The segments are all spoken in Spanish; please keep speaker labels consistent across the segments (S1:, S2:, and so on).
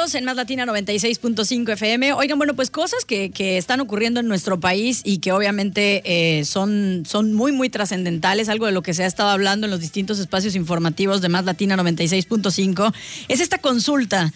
S1: Continuamos en Más Latina 96.5 FM. Oigan, bueno, pues cosas que están ocurriendo en nuestro país y que obviamente son muy, muy trascendentales, algo de lo que se ha estado hablando en los distintos espacios informativos de Más Latina 96.5, es esta consulta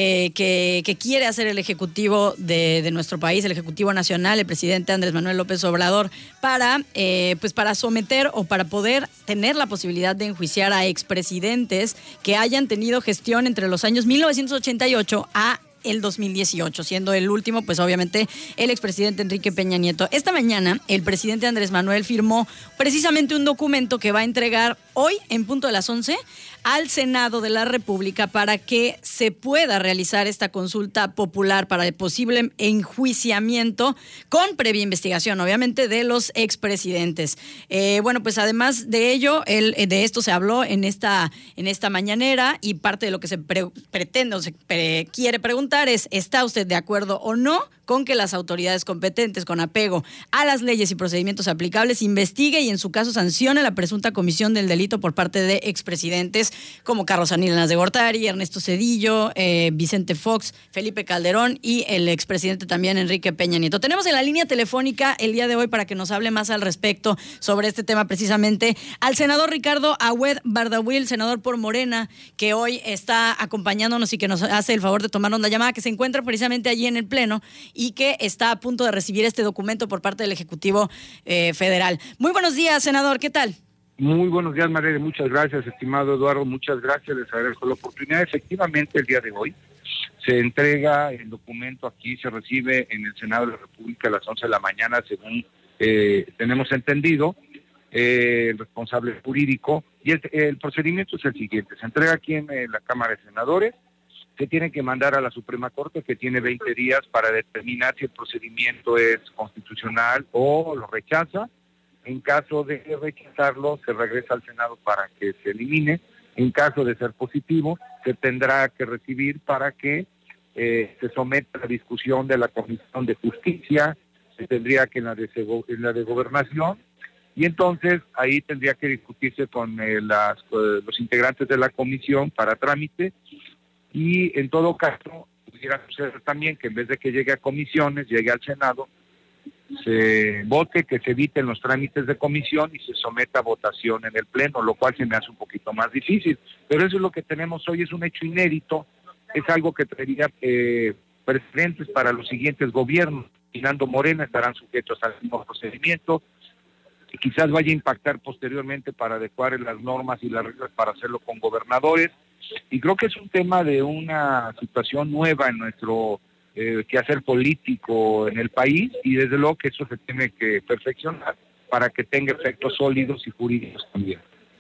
S1: que quiere hacer el Ejecutivo de nuestro país, el Ejecutivo Nacional, el presidente Andrés Manuel López Obrador, para someter o para poder tener la posibilidad de enjuiciar a expresidentes que hayan tenido gestión entre los años 1988 a el 2018, siendo el último, pues obviamente, el expresidente Enrique Peña Nieto. Esta mañana, el presidente Andrés Manuel firmó precisamente un documento que va a entregar hoy, en punto de las 11, al Senado de la República para que se pueda realizar esta consulta popular para el posible enjuiciamiento con previa investigación, obviamente, de los expresidentes. Bueno, pues además de ello, de esto se habló en esta mañanera, y parte de lo que se pretende o se quiere preguntar es: ¿está usted de acuerdo o no con que las autoridades competentes, con apego a las leyes y procedimientos aplicables, investigue y en su caso sancione la presunta comisión del delito por parte de expresidentes como Carlos Salinas de Gortari, Ernesto Zedillo, Vicente Fox, Felipe Calderón y el expresidente también Enrique Peña Nieto? Tenemos en la línea telefónica el día de hoy, para que nos hable más al respecto sobre este tema precisamente, al senador Ricardo Agüed Bardahuil, senador por Morena, que hoy está acompañándonos y que nos hace el favor de tomarnos la llamada, que se encuentra precisamente allí en el Pleno y que está a punto de recibir este documento por parte del Ejecutivo Federal. Muy buenos días, senador, ¿qué tal?
S2: Muy buenos días, María, muchas gracias, estimado Eduardo, muchas gracias, les agradezco la oportunidad. Efectivamente, el día de hoy se entrega el documento aquí, se recibe en el Senado de la República a las 11 de la mañana, según tenemos entendido, el responsable jurídico, y el procedimiento es el siguiente: se entrega aquí en la Cámara de Senadores, se tiene que mandar a la Suprema Corte, que tiene 20 días para determinar si el procedimiento es constitucional o lo rechaza. En caso de rechazarlo, se regresa al Senado para que se elimine. En caso de ser positivo, se tendrá que recibir para que se someta a la discusión de la Comisión de Justicia, se tendría que en la de Gobernación, y entonces ahí tendría que discutirse con los integrantes de la comisión para trámite. Y en todo caso, pudiera suceder también que en vez de que llegue a comisiones, llegue al Senado, se vote, que se eviten los trámites de comisión y se someta a votación en el Pleno, lo cual se me hace un poquito más difícil. Pero eso es lo que tenemos hoy, es un hecho inédito, es algo que traería precedentes para los siguientes gobiernos. Finando Morena estarán sujetos al mismo procedimiento, y quizás vaya a impactar posteriormente para adecuar las normas y las reglas para hacerlo con gobernadores. Y creo que es un tema de una situación nueva en nuestro quehacer político en el país, y desde luego que eso se tiene que perfeccionar para que tenga efectos sólidos y jurídicos también.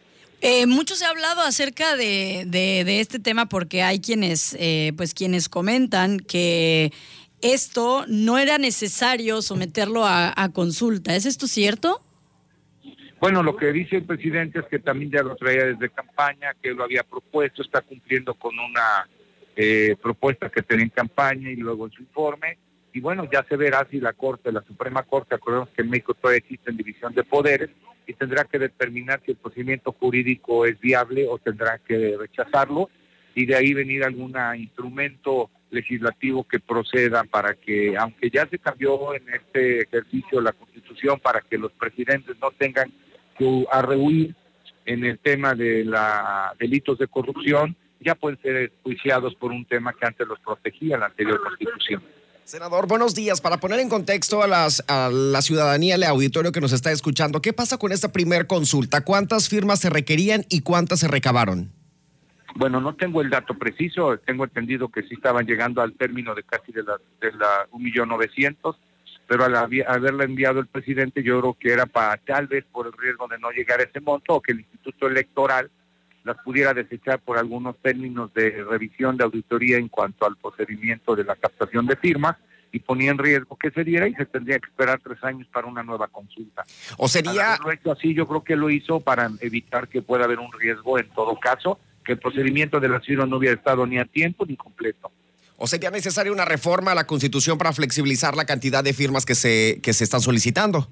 S1: Mucho se ha hablado acerca de este tema, porque hay quienes comentan que esto no era necesario someterlo a consulta. ¿Es esto cierto?
S2: Bueno, lo que dice el presidente es que también ya lo traía desde campaña, que lo había propuesto, está cumpliendo con una propuesta que tenía en campaña y luego en su informe, y bueno, ya se verá si la Suprema Corte, acordemos que en México todavía existe división de poderes, y tendrá que determinar si el procedimiento jurídico es viable o tendrá que rechazarlo, y de ahí venir algún instrumento legislativo que proceda para que, aunque ya se cambió en este ejercicio la Constitución para que los presidentes no tengan que rehuir en el tema de delitos de corrupción, ya pueden ser enjuiciados por un tema que antes los protegía la anterior Constitución.
S3: Senador, buenos días. Para poner en contexto a la ciudadanía, al auditorio que nos está escuchando, ¿qué pasa con esta primer consulta? ¿Cuántas firmas se requerían y cuántas se recabaron?
S2: Bueno, no tengo el dato preciso, tengo entendido que sí estaban llegando al término de casi de la 1.900.000, pero al haberla enviado el presidente, yo creo que era para, tal vez por el riesgo de no llegar a ese monto, o que el Instituto Electoral las pudiera desechar por algunos términos de revisión de auditoría en cuanto al procedimiento de la captación de firmas, y ponía en riesgo que se diera, y se tendría que esperar 3 años para una nueva consulta.
S3: O sería...
S2: Al haberlo hecho así, yo creo que lo hizo para evitar que pueda haber un riesgo en todo caso, que el procedimiento de las firmas no hubiera estado ni a tiempo ni completo.
S3: ¿O sería necesaria una reforma a la Constitución para flexibilizar la cantidad de firmas que se están solicitando?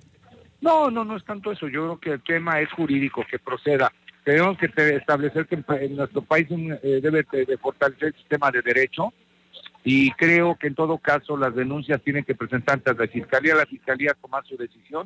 S2: No es tanto eso. Yo creo que el tema es jurídico, que proceda. Tenemos que establecer que en nuestro país debe de fortalecer el sistema de derecho, y creo que en todo caso las denuncias tienen que presentarse a la Fiscalía tomar su decisión,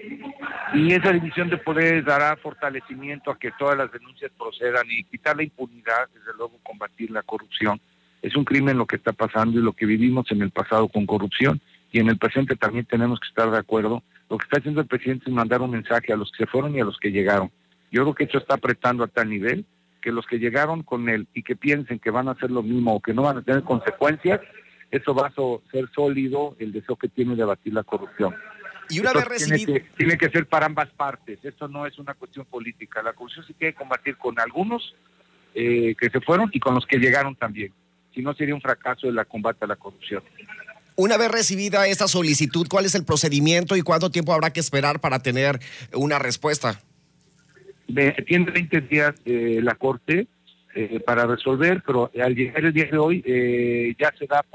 S2: y esa división de poderes dará fortalecimiento a que todas las denuncias procedan y quitar la impunidad, desde luego combatir la corrupción. Es un crimen lo que está pasando y lo que vivimos en el pasado con corrupción, y en el presente también tenemos que estar de acuerdo. Lo que está haciendo el presidente es mandar un mensaje a los que se fueron y a los que llegaron. Yo creo que esto está apretando a tal nivel que los que llegaron con él y que piensen que van a hacer lo mismo o que no van a tener consecuencias, eso va a ser sólido el deseo que tiene de abatir la corrupción.
S3: Y una vez recibido...
S2: Tiene que ser para ambas partes, esto no es una cuestión política. La corrupción se tiene que combatir con algunos que se fueron y con los que llegaron también. Si no, sería un fracaso el combate a la corrupción.
S3: Una vez recibida esta solicitud, ¿cuál es el procedimiento y cuánto tiempo habrá que esperar para tener una respuesta?
S2: Tiene 20 días la Corte para resolver, pero al llegar el día de hoy ya se da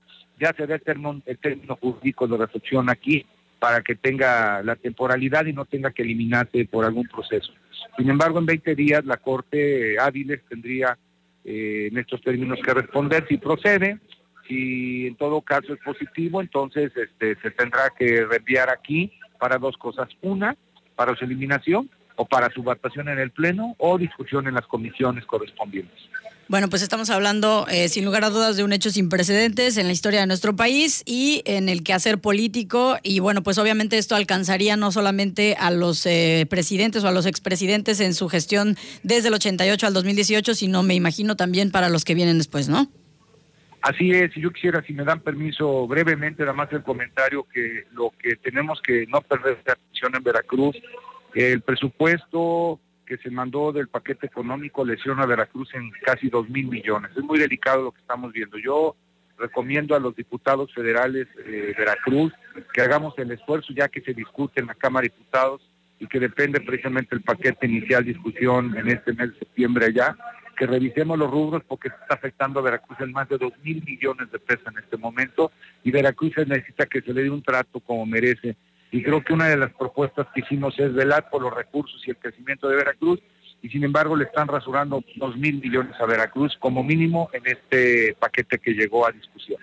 S2: el término jurídico de recepción aquí para que tenga la temporalidad y no tenga que eliminarse por algún proceso. Sin embargo, en 20 días la Corte hábiles tendría en estos términos que responder si procede. Si en todo caso es positivo, entonces se tendrá que reenviar aquí para dos cosas: una, para su eliminación, o para su votación en el Pleno, o discusión en las comisiones correspondientes.
S1: Bueno, pues estamos hablando, sin lugar a dudas, de un hecho sin precedentes en la historia de nuestro país y en el quehacer político. Y bueno, pues obviamente esto alcanzaría no solamente a los presidentes o a los expresidentes en su gestión desde el 88 al 2018, sino me imagino también para los que vienen después, ¿no?
S2: Así es, y yo quisiera, si me dan permiso, brevemente, nada más el comentario, que lo que tenemos que no perder de atención en Veracruz, el presupuesto que se mandó del paquete económico lesiona a Veracruz en casi 2,000 millones. Es muy delicado lo que estamos viendo. Yo recomiendo a los diputados federales de Veracruz que hagamos el esfuerzo, ya que se discute en la Cámara de Diputados y que depende precisamente el paquete inicial discusión en este mes de septiembre allá, que revisemos los rubros porque está afectando a Veracruz en más de 2,000 millones de pesos en este momento, y Veracruz necesita que se le dé un trato como merece. Y creo que una de las propuestas que hicimos es velar por los recursos y el crecimiento de Veracruz, y sin embargo le están rasurando 2,000 millones a Veracruz como mínimo en este paquete que llegó a discusión.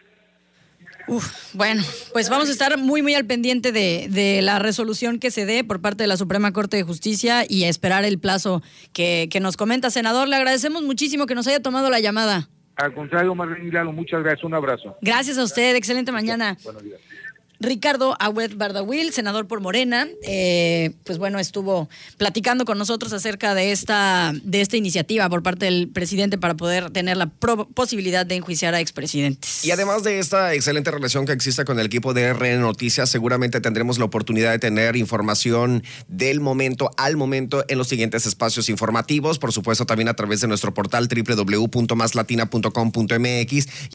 S1: Bueno, pues vamos a estar muy, muy al pendiente de la resolución que se dé por parte de la Suprema Corte de Justicia y a esperar el plazo que nos comenta. Senador, le agradecemos muchísimo que nos haya tomado la llamada.
S2: Al contrario, Marlene Milano, muchas gracias, un abrazo.
S1: Gracias a usted, excelente mañana.
S2: Buenos días.
S1: Ricardo Agüed Bardawil, senador por Morena, pues bueno, estuvo platicando con nosotros acerca de esta iniciativa por parte del presidente para poder tener la posibilidad de enjuiciar a expresidentes.
S3: Y además de esta excelente relación que existe con el equipo de RN Noticias, seguramente tendremos la oportunidad de tener información del momento al momento en los siguientes espacios informativos, por supuesto también a través de nuestro portal www.maslatina.com.mx.